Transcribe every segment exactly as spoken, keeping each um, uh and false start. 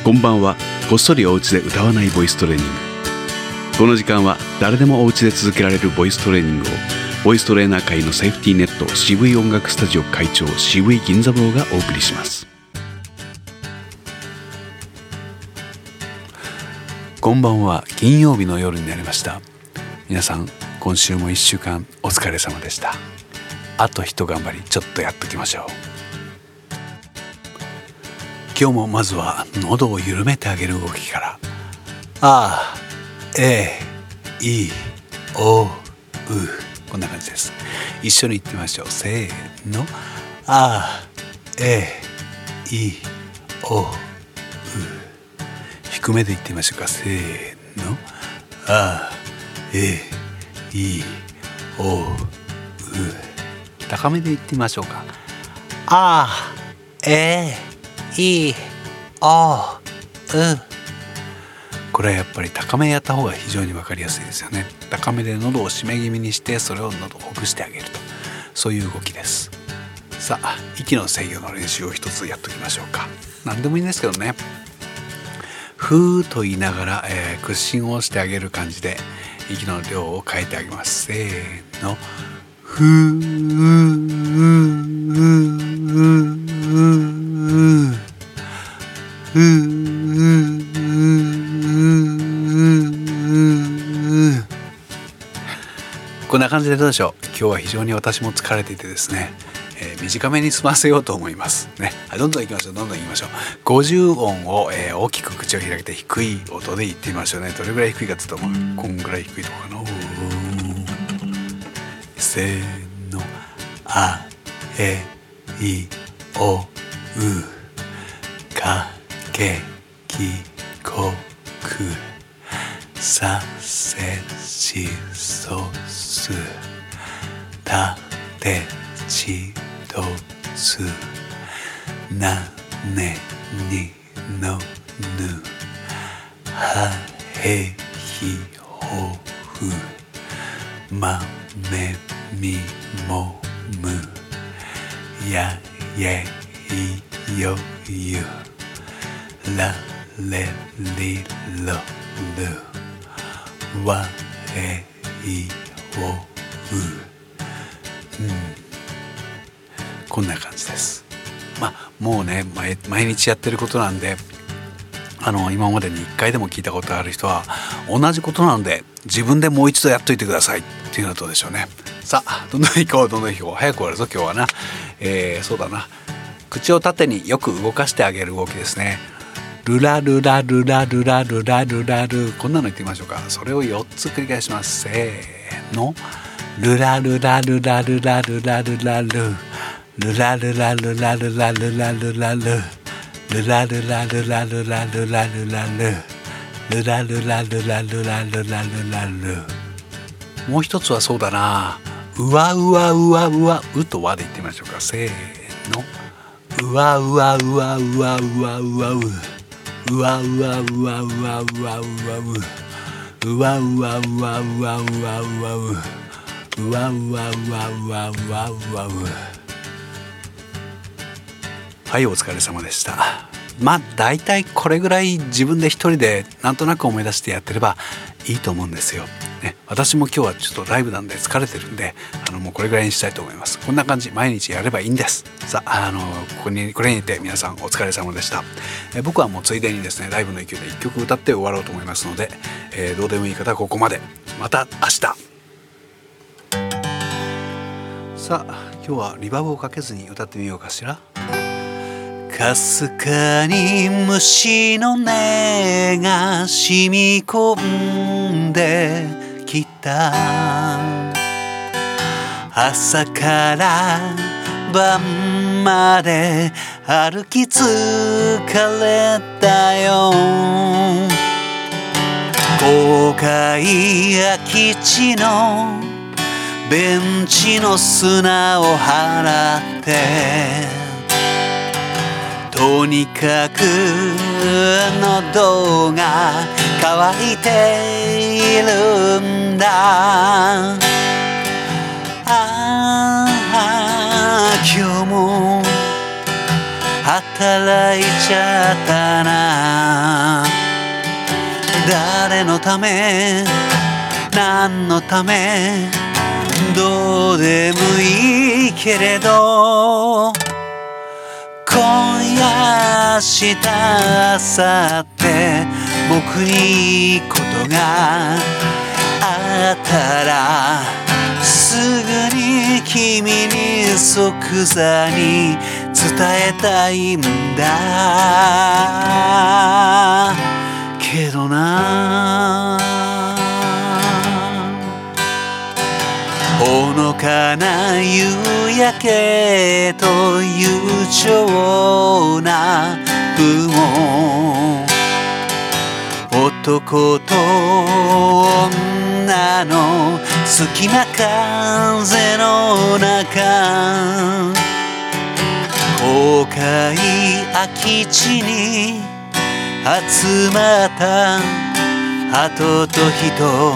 こんばんは。こっそりお家で歌わないボイストレーニング。この時間は誰でもお家で続けられるボイストレーニングをボイストレーナー界のセーフティーネット渋い音楽スタジオ会長渋い銀座坊がお送りします。こんばんは。金曜日の夜になりました。皆さん今週もいっしゅうかんお疲れ様でした。あと一頑張りちょっとやっときましょう。今日もまずは喉を緩めてあげる動きから。あえいおう、こんな感じです。一緒に言ってみましょう。せーの。あえいおう。低めで言ってみましょうか。せーの。あえいおう。高めで言ってみましょうか。あえいおう。これはやっぱり高めやった方が非常に分かりやすいですよね。高めで喉を締め気味にしてそれを喉をほぐしてあげると、そういう動きです。さあ、息の制御の練習を一つやっておきましょうか。何でもいいんですけどね。ふーと言いながら、えー、屈伸をしてあげる感じで息の量を変えてあげます。せーの。ふーこんな感じでどうでしょう。今日は非常に私も疲れていてですね、えー、短めに済ませようと思いますね。はい、どんどんいきましょう。どんどんいきましょう。ごじゅうおんを、えー、大きく口を開けて低い音で言ってみましょうね。どれぐらい低いかって言うと、こんぐらい低いところかな。せーの。あえいおう。かけきこくさせしそすたてちとすなねにのぬはへひほふまめみもむやえいよゆられりろるわえいおう、うん、こんな感じです。まあもうね 毎, 毎日やってることなんで、あの今までにいっかいでも聞いたことある人は同じことなので自分でもう一度やっといてくださいっていうのはどうでしょうね。さあ、どんどん行こうどんどん行こう。早く終わるぞ今日はな。えー、そうだな。口を縦によく動かしてあげる動きですね。ルラルラルラルラルラルラル、こんなの言ってみましょうか。それをよっつ繰り返します。せーの。ルラルラルラルラルラルラルルラルラルラルラルラルラルルラルラルラルラルラルラルルラルラルラルラルラルラル。もう一つはそうだな。うわうわうわうわ、うとわで言ってみましょうか。せーの。うわうわうわうわうわうわううわうわうわうわうわうわううわうわうわうわうわうわうわううわうわうわうわうわうわう。はい、お疲れ様でした。まあだいたいこれぐらい自分で一人でなんとなく思い出してやってればいいと思うんですよ、ね、私も今日はちょっとライブなんで疲れてるんで、あのもうこれぐらいにしたいと思います。こんな感じ、毎日やればいいんです。さあ、あのここにこれにて皆さんお疲れ様でした。え僕はもうついでにですね、ライブの勢いでいっきょく歌って終わろうと思いますので、えー、どうでもいい方はここまで。また明日。さあ、今日はリバーブをかけずに歌ってみようかしら。かすかに虫の音が染み込んできた。朝から晩まで歩き疲れたよ。公開空き地のベンチの砂を払ってとにかく喉が渇いているんだ。ああ今日も働いちゃったな。誰のため何のためどうでもいいけれど、今夜明日明後日僕にいいことがあったら、すぐに君に即座に伝えたいんだけどな。ほのかな夕焼けと悠長な風を、男と女の好きな風の中、後悔空き地に集まった鳩と人、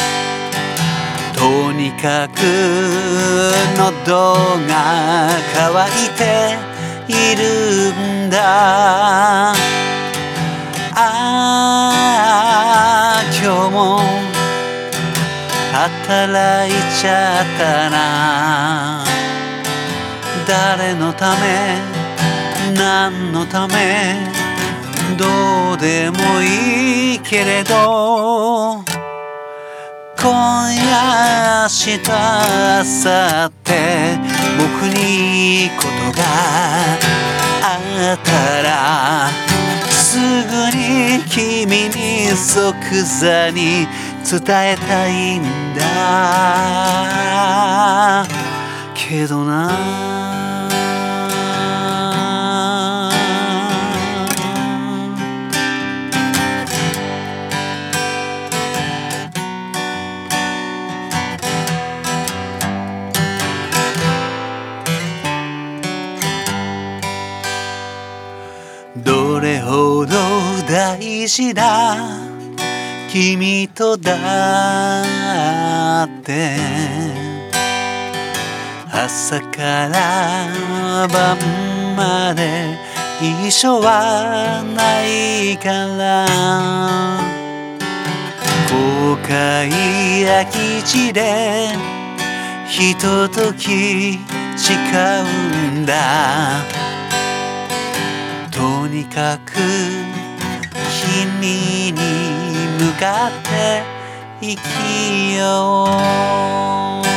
とにかく喉が渇いているんだ。ああ今日も働いちゃったな。誰のため何のためどうでもいいけれど、今夜明日明後日僕にいいことがあったら、すぐに君に即座に伝えたいんだけどな。どれほど大事だ君とだって朝から晩まで一緒はないから、後悔空き地でひととき誓うんだ。とにかく君に向かって生きよう。